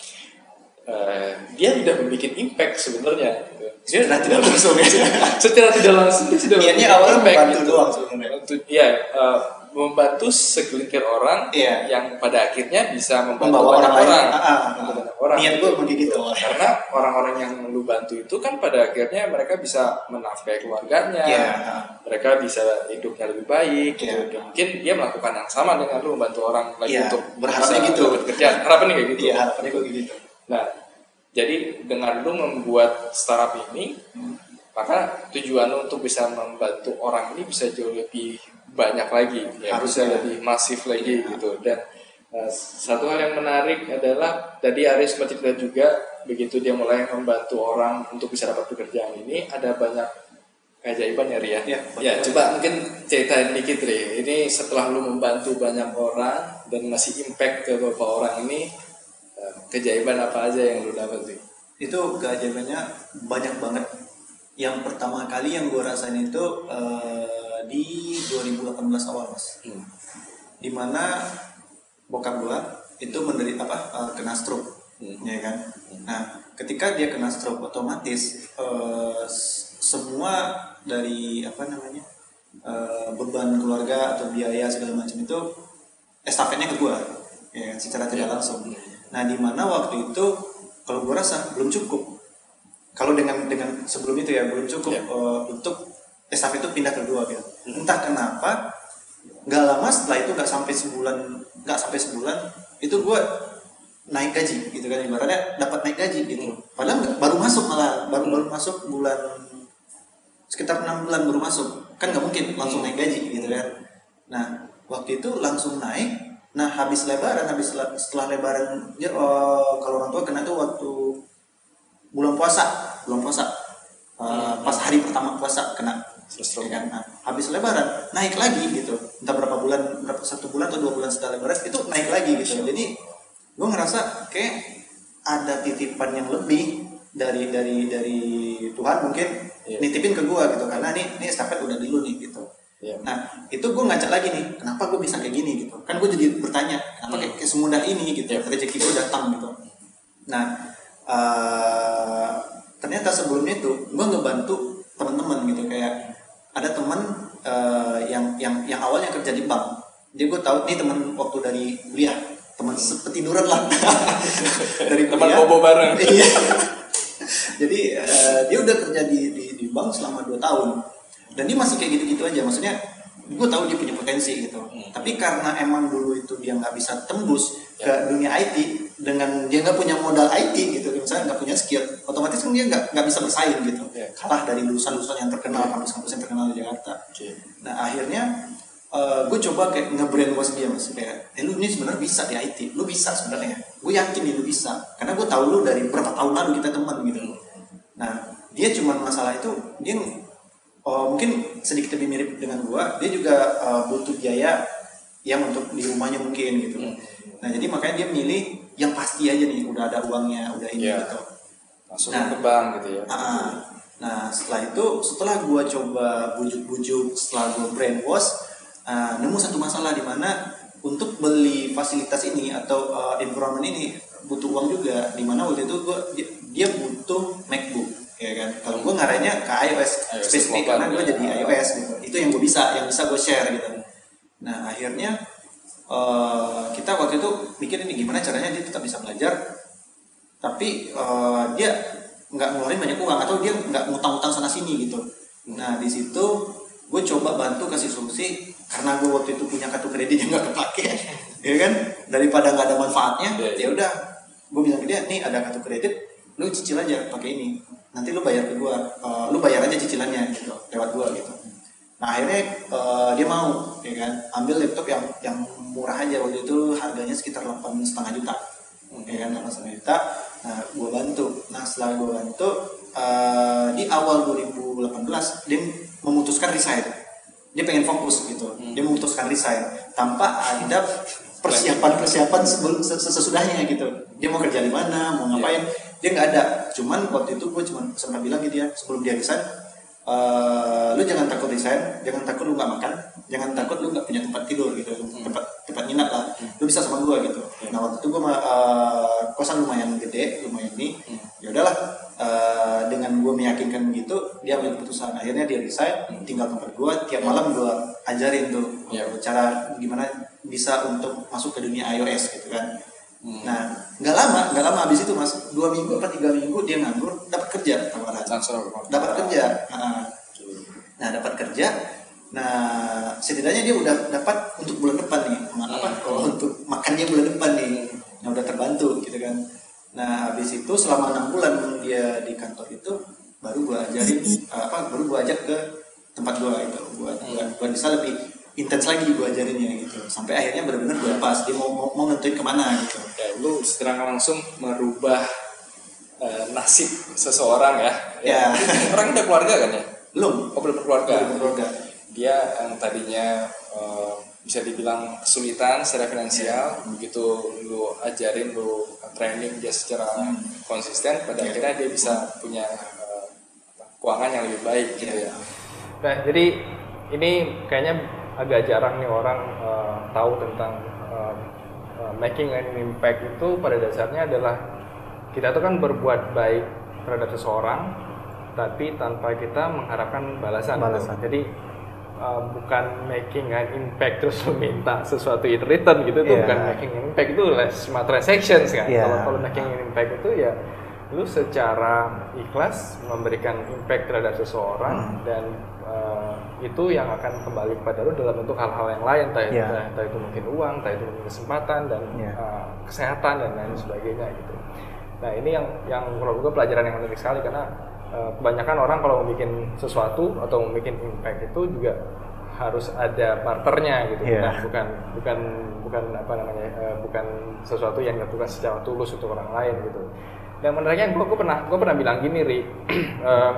[SPEAKER 1] Uh, dia udah membuat impact sebenarnya. Gitu. Dia
[SPEAKER 2] Secara tidak langsung ya.
[SPEAKER 1] secara tidak langsung dia sudah
[SPEAKER 2] Niatnya
[SPEAKER 1] membuat
[SPEAKER 2] awalnya
[SPEAKER 1] impact
[SPEAKER 2] membantu
[SPEAKER 1] gitu.
[SPEAKER 2] doang sebenarnya.
[SPEAKER 1] Untuk ya uh, membantu segelintir orang
[SPEAKER 2] Iya.
[SPEAKER 1] yang pada akhirnya bisa membantu
[SPEAKER 2] Membawa
[SPEAKER 1] banyak
[SPEAKER 2] orang lain.
[SPEAKER 1] orang.
[SPEAKER 2] Ah, ah.
[SPEAKER 1] Membantu banyak orang.
[SPEAKER 2] Niat gue emang gitu.
[SPEAKER 1] Karena orang-orang yang lu bantu itu kan pada akhirnya mereka bisa menafkahi keluarganya,
[SPEAKER 2] Iya.
[SPEAKER 1] mereka bisa hidupnya lebih baik, gitu.
[SPEAKER 2] Iya.
[SPEAKER 1] Dan mungkin dia melakukan yang sama dengan lu membantu orang lagi
[SPEAKER 2] Iya,
[SPEAKER 1] untuk
[SPEAKER 2] berharapnya
[SPEAKER 1] bisa
[SPEAKER 2] gitu.
[SPEAKER 1] dapat kerja. Harapannya kayak gitu.
[SPEAKER 2] Iya, harapannya gue gitu.
[SPEAKER 1] Nah, jadi dengan lu membuat startup ini,
[SPEAKER 2] Hmm.
[SPEAKER 1] maka tujuan lu untuk bisa membantu orang ini bisa jauh lebih banyak lagi, ya, bisa
[SPEAKER 2] Harusnya.
[SPEAKER 1] lebih masif lagi
[SPEAKER 2] Iya.
[SPEAKER 1] gitu. Dan uh, satu hal yang menarik adalah tadi Aris cerita juga, begitu dia mulai membantu orang untuk bisa dapat pekerjaan ini, ada banyak keajaiban ya Ria.
[SPEAKER 2] Ya,
[SPEAKER 1] Ya, coba mungkin ceritain dikit Ria. Ini setelah lu membantu banyak orang dan masih impact ke beberapa orang ini, uh, keajaiban apa aja yang lu dapat sih?
[SPEAKER 2] Itu keajaibannya banyak banget. Yang pertama kali yang gue rasain itu uh, di dua ribu delapan belas awal mas,
[SPEAKER 1] Hmm.
[SPEAKER 2] dimana bokap gue itu menderita apa uh, kena stroke,
[SPEAKER 1] Hmm.
[SPEAKER 2] ya kan. Nah ketika dia kena stroke otomatis uh, s- semua dari apa namanya uh, beban keluarga atau biaya segala macam itu estafetnya ke gue, ya kan, secara tidak langsung. Nah dimana waktu itu kalau gue rasa belum cukup. Kalau dengan dengan sebelum itu ya belum cukup
[SPEAKER 1] Yeah.
[SPEAKER 2] uh, untuk estafet itu pindah ke gua gitu. Entah kenapa nggak lama setelah itu nggak sampai sebulan nggak sampai sebulan itu gua naik gaji gitu kan, ibaratnya dapat naik gaji gitu. Padahal nggak, baru masuk malah baru baru masuk bulan sekitar enam bulan baru masuk, kan nggak mungkin langsung naik gaji gitu kan. Nah waktu itu langsung naik. Nah habis lebaran habis setelah lebaran dia uh, kalau orang tua kena tuh waktu bulan puasa, bulan puasa, uh, pas hari pertama puasa kena, ya kan? Nah, habis lebaran naik lagi gitu, entah berapa bulan, berapa satu bulan atau dua bulan setelah lebaran itu naik lagi gitu. Jadi gue ngerasa kayak ada titipan yang lebih dari dari dari Tuhan mungkin
[SPEAKER 1] Iya.
[SPEAKER 2] nitipin ke gue gitu, karena nih nih estafet udah di lu nih gitu.
[SPEAKER 1] Iya.
[SPEAKER 2] Nah itu gue ngaca lagi nih, kenapa gue bisa kayak gini gitu? Kan gue jadi bertanya, kenapa kayak, kayak semudah ini gitu?
[SPEAKER 1] Iya.
[SPEAKER 2] Rezeki gue datang gitu. Nah Uh, ternyata sebelumnya itu gue ngebantu teman-teman gitu, kayak ada teman uh, yang yang yang awalnya kerja di bank, jadi gue tahu nih teman waktu dari kuliah, teman sepetiduran lah dari
[SPEAKER 1] Teman
[SPEAKER 2] kuliah.
[SPEAKER 1] bobo bareng.
[SPEAKER 2] Iya. Jadi uh, dia udah kerja di, di di bank selama dua tahun dan dia masih kayak gitu-gitu aja, maksudnya gue tahu dia punya potensi gitu. Hmm. Tapi karena emang dulu itu dia nggak bisa tembus ya. Ke dunia I T dengan dia nggak punya modal I T gitu, misalnya nggak punya skill, otomatis kan dia nggak nggak bisa bersaing gitu. Ya. Kalah dari lulusan-lulusan yang terkenal, kampus-kampus yang terkenal di Jakarta. Okay. Nah akhirnya uh, gue coba kayak nge-brainwash dia mas, kayak, eh lu ini sebenarnya bisa di I T, lu bisa sebenarnya. Gue yakin nih lu bisa, karena gue tahu lu dari berapa tahun lalu kita teman gitu. Nah dia cuma masalah itu dia Oh, mungkin sedikit lebih mirip dengan gua, dia juga uh, butuh biaya yang untuk di rumahnya mungkin gitu. Hmm. Nah jadi makanya dia milih yang pasti aja nih, udah ada uangnya, udah ini yeah. gitu.
[SPEAKER 1] Langsung nah, ke bank gitu ya.
[SPEAKER 2] Uh, nah setelah itu, setelah gua coba bujuk-bujuk, setelah gua brainwash, uh, nemu satu masalah di mana untuk beli fasilitas ini atau uh, environment ini butuh uang juga. Di mana waktu itu gua dia, dia butuh MacBook. Ya kan, kalau gue ngaranya ke iOS, iOS spesifik karena gue jadi iOS gitu. Itu yang gue bisa, yang bisa gue share gitu. Nah akhirnya uh, kita waktu itu mikir ini gimana caranya dia tetap bisa belajar, tapi uh, dia nggak ngeluarin banyak uang atau dia nggak ngutang-ngutang sana sini gitu. Nah di situ gue coba bantu kasih solusi, karena gue waktu itu punya kartu kredit yang nggak kepake, ya kan, daripada nggak ada manfaatnya, ya udah gue bilang ke dia, nih ada kartu kredit, lu cicil aja pakai ini. Nanti lu bayar ke gua, uh, lu bayar aja cicilannya gitu, lewat gua gitu. Nah akhirnya uh, dia mau, ya kan, ambil laptop yang yang murah aja, waktu itu harganya sekitar delapan setengah juta, ya kan, delapan setengah juta. Nah gua bantu. Nah setelah gua bantu, uh, di awal dua ribu delapan belas dia memutuskan resign, dia pengen fokus gitu,
[SPEAKER 1] hmm.
[SPEAKER 2] dia memutuskan resign tanpa ada persiapan-persiapan sebelum sesudahnya gitu. Dia mau kerja di mana, mau ngapain, yeah. dia nggak ada. Cuman waktu itu gue cuma sempat bilang gitu ya sebelum dia resign, uh, lu jangan takut resign, jangan takut lu nggak makan, jangan takut lu nggak punya tempat tidur gitu, hmm. tempat tempat nginap lah. Hmm. Lu bisa sama gue gitu. Nah waktu itu gue uh, kosan lumayan gede, lumayan nih. Hmm. Ya udahlah, uh, dengan gue meyakinkan begitu, dia ambil keputusan. Akhirnya dia resign, hmm. tinggal tempat gue. Tiap malam gue ajarin tuh yeah. cara gimana bisa untuk masuk ke dunia iOS gitu kan. Hmm. Nah, nggak lama, nggak lama habis itu mas, dua minggu atau tiga minggu dia nganggur, dapat kerja tawaran. Dapat kerja. Nah, nah dapat kerja. Nah, setidaknya dia udah dapat untuk bulan depan nih. Apa? Hmm. Kalau untuk makannya bulan depan nih, nah udah terbantu gitu kan. Nah, habis itu selama enam bulan dia di kantor itu, baru gua ajarin apa? Baru gua ajak ke tempat gua itu, buat hmm. buat bisa lebih intens lagi gue ajarinnya gitu, sampai akhirnya benar-benar gue pas dia mau mau, mau nentuin kemana gitu.
[SPEAKER 1] Ya, lu sekarang langsung merubah uh, nasib seseorang ya.
[SPEAKER 2] Ya.
[SPEAKER 1] ya. Orang udah keluarga kan ya?
[SPEAKER 2] Belum.
[SPEAKER 1] Oh belum berkeluarga.
[SPEAKER 2] Belum berkeluarga.
[SPEAKER 1] Dia yang tadinya uh, bisa dibilang kesulitan secara finansial, ya. Begitu lu ajarin, lu training dia secara hmm. konsisten, pada ya. Akhirnya dia bisa punya uh, keuangan yang lebih baik gitu ya. ya.
[SPEAKER 3] Nah jadi ini kayaknya agak jarang nih orang uh, tahu tentang uh, uh, making an impact itu pada dasarnya adalah kita tuh kan berbuat baik terhadap seseorang tapi tanpa kita mengharapkan balasan.
[SPEAKER 4] balasan.
[SPEAKER 3] Gitu. Jadi uh, bukan making an impact terus meminta sesuatu in return gitu, itu yeah. bukan making an impact, itu cuma transactions kan. Yeah. Kalau kalau making an impact itu ya lu secara ikhlas memberikan impact terhadap seseorang hmm. dan uh, itu yang akan kembali kepada lu dalam bentuk hal-hal yang lain, entah, yeah. entah, entah itu mungkin uang, entah itu mungkin kesempatan dan yeah. uh, kesehatan dan lain sebagainya gitu. Nah ini yang yang menurut gue pelajaran yang menarik sekali karena uh, kebanyakan orang kalau mau bikin sesuatu atau mau bikin impact itu juga harus ada barternya gitu, yeah. bukan bukan bukan bukan apa namanya uh, bukan sesuatu yang dilakukan secara tulus untuk orang lain gitu. Dan menariknya gue gue pernah gue pernah bilang gini Ri, uh,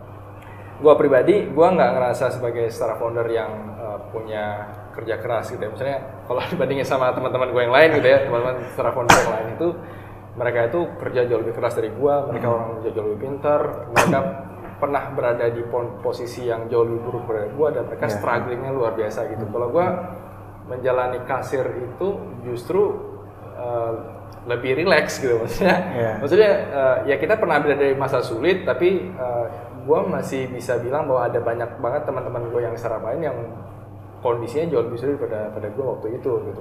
[SPEAKER 3] gue pribadi gue nggak ngerasa sebagai startup founder yang uh, punya kerja keras gitu ya. Misalnya kalau dibandingin sama teman-teman gue yang lain gitu ya, teman-teman startup founder yang lain itu mereka itu kerja jauh lebih keras dari gue, mereka orang jauh lebih pintar, mereka pernah berada di posisi yang jauh lebih buruk dari gue dan mereka yeah. strugglingnya luar biasa gitu. Kalau gue menjalani kasir itu justru uh, lebih rileks gitu maksudnya. Yeah. Maksudnya uh, ya kita pernah berada di masa sulit tapi uh, gue masih bisa bilang bahwa ada banyak banget teman-teman gue yang startup lain yang kondisinya jauh lebih sulit pada pada gue waktu itu gitu.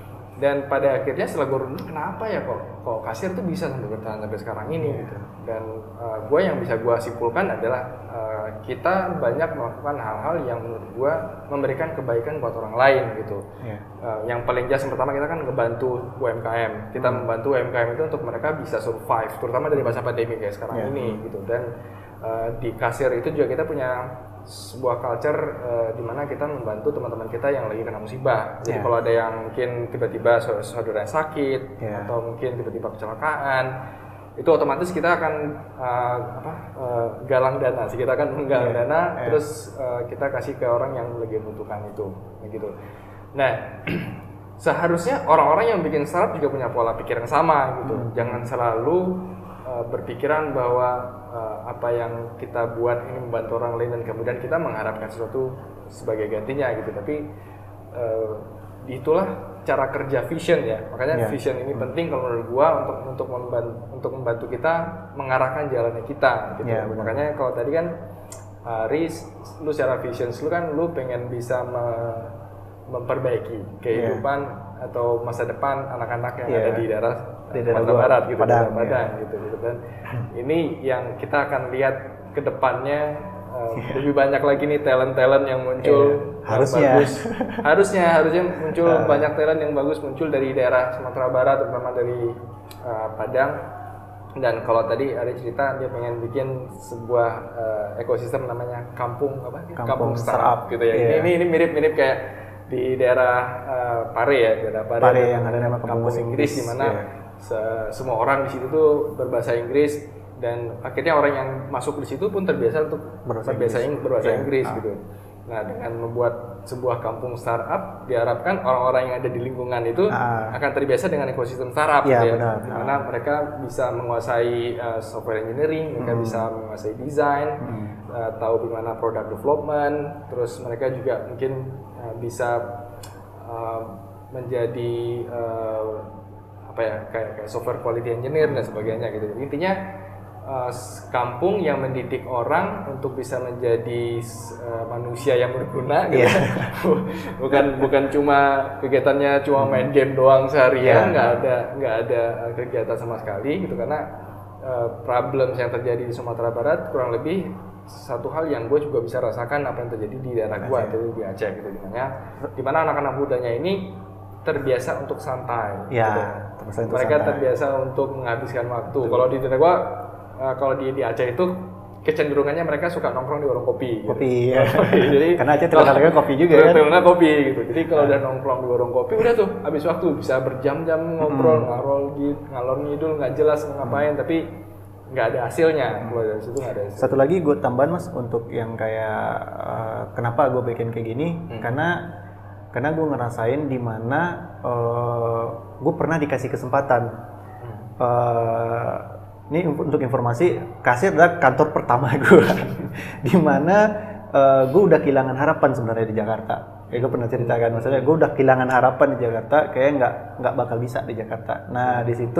[SPEAKER 3] Dan pada akhirnya setelah gue runut kenapa ya kok kok kasir tuh bisa sampai bertahan sampai sekarang ini gitu. Dan uh, gue yang bisa gue simpulkan adalah uh, kita banyak melakukan hal-hal yang menurut gue memberikan kebaikan buat orang lain gitu. Yeah. Uh, yang paling jelas yang pertama kita kan ngebantu U M K M. Kita hmm. membantu U M K M itu untuk mereka bisa survive, terutama dari masa pandemi kayak sekarang yeah. ini gitu. Dan uh, di kasir itu juga kita punya sebuah culture uh, di mana kita membantu teman-teman kita yang lagi kena musibah. Jadi yeah. kalau ada yang mungkin tiba-tiba saudara yang sakit yeah. atau mungkin tiba-tiba kecelakaan, itu otomatis kita akan uh, apa uh, galang dana. Kita akan menggalang yeah. dana, yeah. terus uh, kita kasih ke orang yang lagi membutuhkan itu, gitu. Nah, seharusnya orang-orang yang bikin startup juga punya pola pikir yang sama, gitu. Hmm. Jangan selalu uh, berpikiran bahwa Uh, apa yang kita buat ini membantu orang lain dan kemudian kita mengharapkan sesuatu sebagai gantinya gitu, tapi uh, itulah cara kerja vision ya, makanya yeah. vision ini hmm. penting kalau menurut gua untuk untuk membantu, untuk membantu kita mengarahkan jalannya kita gitu. Yeah, makanya kalau tadi kan uh, Riz, lu secara vision lu kan lu pengen bisa me- memperbaiki kehidupan yeah. atau masa depan anak-anak yang yeah. ada di daerah di daerah barat gitu, Padang, Padang ya. gitu gitu kan. Ini yang kita akan lihat ke depannya uh, yeah. lebih banyak lagi nih talent-talent yang muncul yeah.
[SPEAKER 4] harusnya
[SPEAKER 3] bagus. harusnya harusnya muncul uh. banyak talent yang bagus muncul dari daerah Sumatera Barat, terutama dari uh, Padang. Dan kalau tadi ada cerita dia pengen bikin sebuah uh, ekosistem namanya kampung apa?
[SPEAKER 4] Kampung,
[SPEAKER 3] kampung startup gitu ya.
[SPEAKER 4] Yeah.
[SPEAKER 3] Ini ini mirip-mirip kayak di daerah uh, Pare ya, daerah Pare,
[SPEAKER 4] Pare yang ada nama
[SPEAKER 3] kampus Inggris di mana yeah. Se- semua orang di situ tuh berbahasa Inggris dan akhirnya orang yang masuk di situ pun terbiasa untuk berbahasa Inggris, berbahasa yeah. Inggris ah. gitu. Nah, dengan membuat sebuah kampung startup, diharapkan orang-orang yang ada di lingkungan itu ah. akan terbiasa dengan ekosistem startup,
[SPEAKER 2] ya,
[SPEAKER 3] gitu ya,
[SPEAKER 2] benar.
[SPEAKER 3] di mana mereka bisa menguasai uh, software engineering, mereka hmm. bisa menguasai desain, hmm. uh, tahu gimana product development, terus mereka juga mungkin uh, bisa uh, menjadi uh, apa ya kayak, kayak software quality engineer dan sebagainya gitu. Intinya Uh, kampung yang mendidik orang untuk bisa menjadi uh, manusia yang berguna gitu. Yeah. bukan bukan cuma kegiatannya cuma main game doang seharian, nggak yeah. ada nggak ada kegiatan sama sekali gitu, karena uh, problem yang terjadi di Sumatera Barat kurang lebih satu hal yang gue juga bisa rasakan apa yang terjadi di daerah gue itu di Aceh gitu, dimana dimana anak-anak mudanya ini terbiasa untuk santai,
[SPEAKER 2] yeah,
[SPEAKER 3] gitu. Mereka santai. terbiasa untuk menghabiskan waktu. Kalau di daerah gue Uh, kalau di di Aceh itu kecenderungannya mereka suka nongkrong di warung kopi.
[SPEAKER 2] Kopi, gitu. ya.
[SPEAKER 3] Jadi
[SPEAKER 2] karena Aceh terkenal kopi juga kan.
[SPEAKER 3] Terkenal kopi gitu. Jadi kalau udah nongkrong di warung kopi udah tuh habis waktu bisa berjam-jam ngobrol, hmm. ngarol gitu, ngalor ngidul nggak jelas ngapain, hmm. tapi nggak ada hasilnya. Kalau dari situ nggak ada hasil.
[SPEAKER 2] Satu lagi gue tambahan mas untuk yang kayak uh, kenapa gue bikin kayak gini, hmm. karena karena gue ngerasain di mana uh, gue pernah dikasih kesempatan. Hmm. Uh, Ini untuk informasi, Kasir adalah kantor pertama gue, di mana uh, gue udah kehilangan harapan sebenarnya di Jakarta. Kayak gue pernah ceritakan, maksudnya gue udah kehilangan harapan di Jakarta, kayak nggak nggak bakal bisa di Jakarta. Nah di situ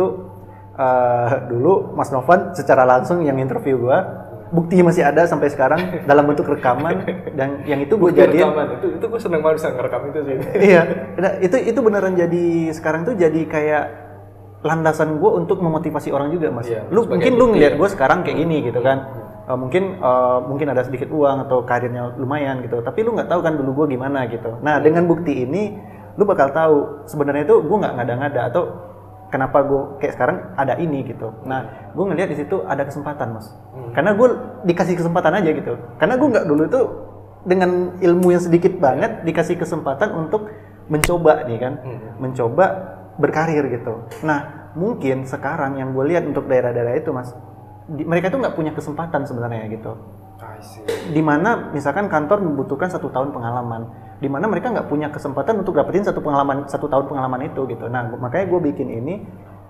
[SPEAKER 2] uh, dulu Mas Novan secara langsung yang interview gue, buktinya masih ada sampai sekarang dalam bentuk rekaman, dan yang itu gue jadiin.
[SPEAKER 3] Itu itu gue seneng banget bisa ngerekam itu sih.
[SPEAKER 2] Iya, nah, itu itu beneran jadi sekarang tuh jadi kayak landasan gue untuk memotivasi orang juga mas. Iya, lu mungkin lu ngeliat gue sekarang kayak gini gitu kan, hmm. uh, mungkin uh, mungkin ada sedikit uang atau karirnya lumayan gitu, tapi lu nggak tahu kan dulu gue gimana gitu. Nah dengan bukti ini lu bakal tahu sebenarnya itu gue nggak ngada-ngada atau kenapa gue kayak sekarang ada ini gitu. Nah gue ngeliat di situ ada kesempatan mas, hmm. karena gue dikasih kesempatan aja gitu. Karena gue nggak dulu itu dengan ilmu yang sedikit banget dikasih kesempatan untuk mencoba nih kan, hmm. mencoba berkarir gitu. Nah, mungkin sekarang yang gue lihat untuk daerah-daerah itu, mas, di, mereka tuh nggak punya kesempatan sebenarnya gitu. Dimana misalkan kantor membutuhkan satu tahun pengalaman, dimana mereka nggak punya kesempatan untuk dapetin satu pengalaman satu tahun pengalaman itu gitu. Nah, makanya gue bikin ini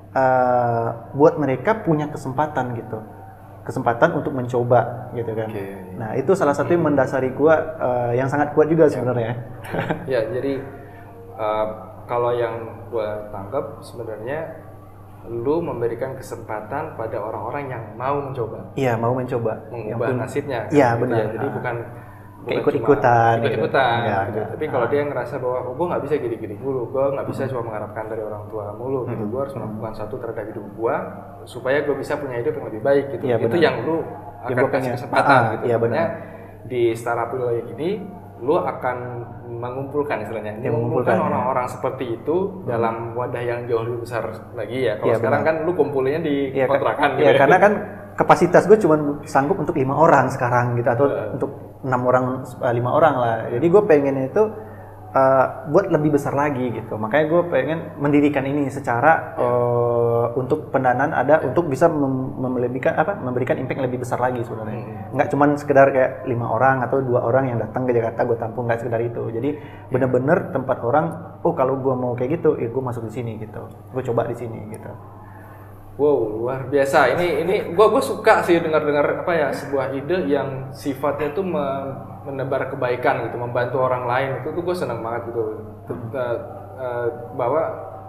[SPEAKER 2] uh, buat mereka punya kesempatan gitu, kesempatan untuk mencoba gitu kan. Okay. Nah, itu salah satu yang mendasari gue uh, yang sangat kuat juga sebenarnya.
[SPEAKER 3] Ya, jadi uh, kalau yang gue tangkap sebenarnya lu memberikan kesempatan pada orang-orang yang mau mencoba.
[SPEAKER 2] Iya, mau mencoba.
[SPEAKER 3] Mengubah pun, nasibnya.
[SPEAKER 2] Iya,
[SPEAKER 3] kan?
[SPEAKER 2] benar.
[SPEAKER 3] Ya, jadi bukan
[SPEAKER 2] kayak ikut-ikutan.
[SPEAKER 3] Ikut-ikutan.
[SPEAKER 2] Gitu.
[SPEAKER 3] Gitu. Tapi kalau dia ngerasa bahwa oh, gue nggak bisa gini-gini dulu, gue nggak bisa hmm. cuma mengharapkan dari orang tua mulu, hmm. gitu. Gue harus melakukan satu terhadap hidup gue supaya gue bisa punya hidup yang lebih baik gitu. Ya, itu yang lu akan ya, kasih kesempatan ah, gitu. Iya, benar. Di startup lu kayak gini, lu akan mengumpulkan istilahnya, ya, mengumpulkan orang-orang ya. Seperti itu hmm. dalam wadah yang jauh lebih besar lagi ya. Kalau ya, sekarang benar. Kan lu kumpulinnya di ya, kontrakan
[SPEAKER 2] gitu ya. Karena kan kapasitas gue cuma sanggup untuk lima orang sekarang gitu, atau uh. untuk enam orang, lima orang lah. Jadi gue pengen itu uh, buat lebih besar lagi gitu. Makanya gue pengen mendirikan ini secara ya. uh, untuk pendanaan ada ya. Untuk bisa mem- memberikan apa, memberikan impact lebih besar lagi sebenarnya. Hmm. Nggak cuma sekedar kayak lima orang atau dua orang yang datang ke Jakarta gue tampung, nggak sekedar itu. Jadi bener-bener tempat orang, oh kalau gue mau kayak gitu, ya gue masuk di sini gitu. Gue coba di sini gitu.
[SPEAKER 3] Wow, luar biasa. Ini ini gua gua suka sih dengar-dengar apa ya, sebuah ide yang sifatnya tuh menebar kebaikan gitu, membantu orang lain. Itu tuh gue senang banget gitu. Hmm. Uh, uh, bahwa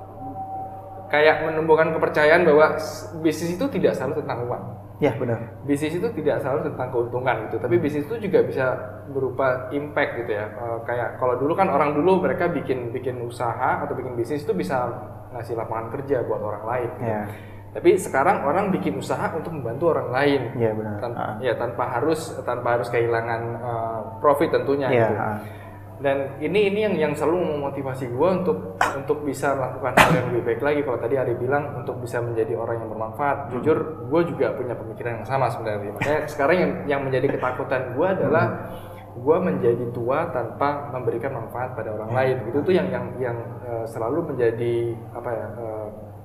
[SPEAKER 3] kayak menumbuhkan kepercayaan bahwa bisnis itu tidak selalu tentang uang.
[SPEAKER 2] Ya, benar.
[SPEAKER 3] Bisnis itu tidak selalu tentang keuntungan gitu, tapi bisnis itu juga bisa berupa impact gitu ya. Uh, kayak kalau dulu kan orang dulu mereka bikin bikin usaha atau bikin bisnis itu bisa ngasih lapangan kerja buat orang lain. Gitu. Ya. Tapi sekarang orang bikin usaha untuk membantu orang lain,
[SPEAKER 2] ya, benar.
[SPEAKER 3] Tan- uh. ya tanpa harus tanpa harus kehilangan uh, profit tentunya. Ya, gitu. Uh. Dan ini ini yang yang selalu memotivasi gue untuk untuk bisa melakukan hal yang lebih baik lagi. Kalau tadi Ari bilang untuk bisa menjadi orang yang bermanfaat, hmm. jujur gue juga punya pemikiran yang sama sebenarnya. Makanya sekarang yang yang menjadi ketakutan gue adalah gue menjadi tua tanpa memberikan manfaat pada orang lain. Itu tuh yang yang yang uh, selalu menjadi apa ya? Uh,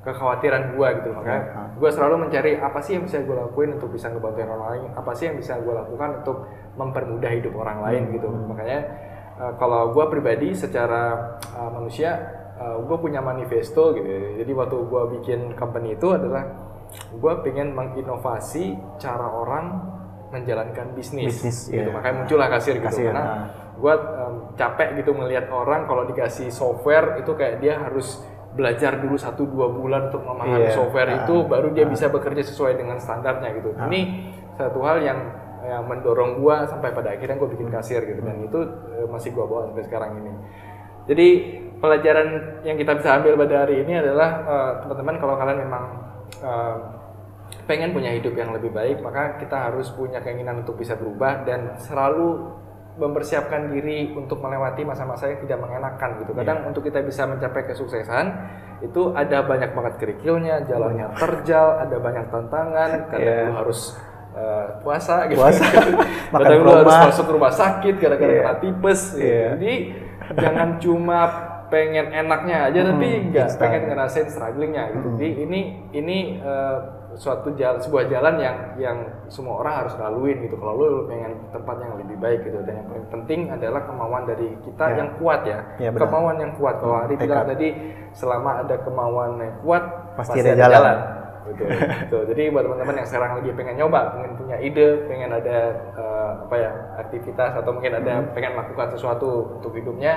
[SPEAKER 3] kekhawatiran gue gitu. Makanya uh-huh. gue selalu mencari apa sih yang bisa gue lakuin untuk bisa ngebantuin orang lain, apa sih yang bisa gue lakukan untuk mempermudah hidup orang lain gitu. Hmm. Makanya uh, kalau gue pribadi secara uh, manusia, uh, gue punya manifesto gitu. Jadi waktu gue bikin company itu adalah gue pengen menginovasi cara orang menjalankan bisnis, bisnis gitu. Yeah. Makanya muncullah kasir gitu. Kasir, karena nah. gue um, capek gitu melihat orang kalau dikasih software itu kayak dia harus belajar dulu satu dua bulan untuk memahami yeah. software nah. itu baru dia nah. bisa bekerja sesuai dengan standarnya gitu. Nah. Ini satu hal yang yang mendorong gue sampai pada akhirnya gue bikin kasir gitu, dan itu uh, masih gue bawa sampai sekarang ini. Jadi pelajaran yang kita bisa ambil pada hari ini adalah uh, teman-teman, kalau kalian memang uh, pengen punya hidup yang lebih baik, maka kita harus punya keinginan untuk bisa berubah dan selalu mempersiapkan diri untuk melewati masa-masa yang tidak mengenakan gitu. Kadang yeah. untuk kita bisa mencapai kesuksesan itu ada banyak banget kerikilnya, jalannya terjal, ada banyak tantangan, kadang yeah. lu harus uh, puasa gitu. Puasa. Kadang lu harus masuk rumah sakit gara-gara yeah. kena tipes gitu. Yeah. Jadi jangan cuma pengen enaknya aja hmm, tapi enggak pengen ngerasain strugglingnya gitu. Hmm. Jadi ini ini uh, suatu jalan, sebuah jalan yang yang semua orang harus laluin gitu. Kalau lu pengen tempat yang lebih baik gitu, dan yang paling penting adalah kemauan dari kita ya. yang kuat ya, ya kemauan yang kuat. Kalau Ari bilang tadi, selama ada kemauan yang kuat pasti, pasti ada, ada jalan, jalan. Gitu, gitu. Jadi buat teman-teman yang sekarang lagi pengen nyoba, pengen punya ide, pengen ada uh, apa ya aktivitas atau mungkin ada hmm. pengen melakukan sesuatu untuk hidupnya,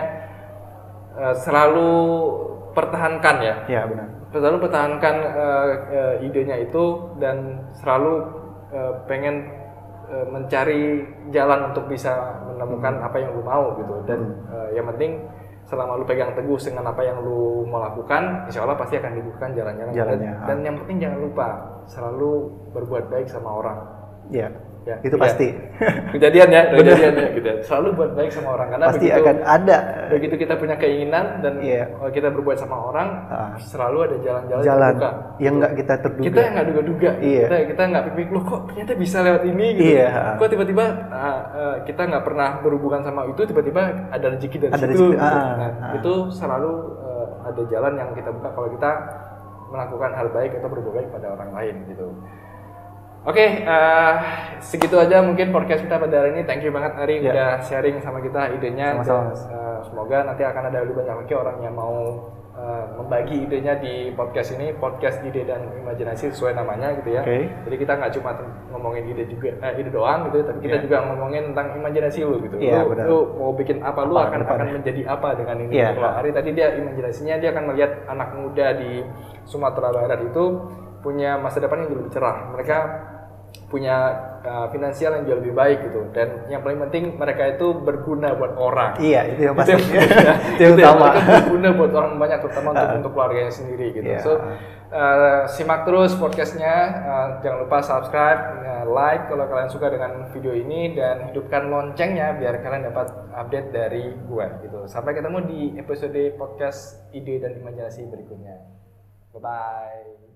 [SPEAKER 3] uh, selalu pertahankan ya. Ya benar. Selalu pertahankan uh, uh, idenya itu dan selalu uh, pengen uh, mencari jalan untuk bisa menemukan hmm. apa yang lu mau gitu. Dan uh, yang penting selama lu pegang teguh dengan apa yang lu mau lakukan, insya Allah pasti akan dibukakan jalan-jalan. Dan, dan yang penting jangan lupa selalu berbuat baik sama orang. Iya. Ya, itu ya. Pasti kejadian ya, kejadian ya gitu. Selalu buat baik sama orang karena pasti begitu, akan ada. Begitu kita punya keinginan dan yeah. kita berbuat sama orang, uh. selalu ada jalan-jalan
[SPEAKER 4] jalan
[SPEAKER 3] yang,
[SPEAKER 4] yang nggak kita terduga.
[SPEAKER 3] Kita yang nggak duga-duga. Iya. Kita kita nggak pikir loh kok ternyata bisa lewat ini gitu. Iya. Kok tiba-tiba uh, uh, kita nggak pernah berhubungan sama itu, tiba-tiba ada rezeki dari ada situ. Rezeki. Gitu. Uh, nah, uh. itu selalu uh, ada jalan yang kita buka kalau kita melakukan hal baik atau berbuat baik pada orang lain gitu. Oke, okay, uh, segitu aja mungkin podcast kita pada hari ini. Thank you banget Ari yeah. udah sharing sama kita idenya. Dan, uh, semoga nanti akan ada lebih banyak lagi orang yang mau uh, membagi idenya di podcast ini, podcast ide dan imajinasi sesuai namanya gitu ya. Okay. Jadi kita nggak cuma ngomongin ide juga, eh, ide doang gitu, tapi kita yeah. juga ngomongin tentang imajinasi lu gitu. Yeah, lu, lu mau bikin apa, lu apa, akan akan menjadi apa dengan ini. Yeah. Kalau Ari tadi dia imajinasinya dia akan melihat anak muda di Sumatera Barat itu punya masa depan yang lebih cerah. Mereka punya uh, finansial yang jauh lebih baik gitu, dan yang paling penting mereka itu berguna buat orang. Iya, itu yang pasti. Itu yang, itu yang utama. Mereka berguna buat orang banyak, terutama untuk untuk keluarganya sendiri gitu. Yeah. So uh, simak terus podcastnya, uh, jangan lupa subscribe, uh, like kalau kalian suka dengan video ini, dan hidupkan loncengnya biar kalian dapat update dari gue gitu. Sampai ketemu di episode podcast ide dan imajinasi berikutnya. Bye bye.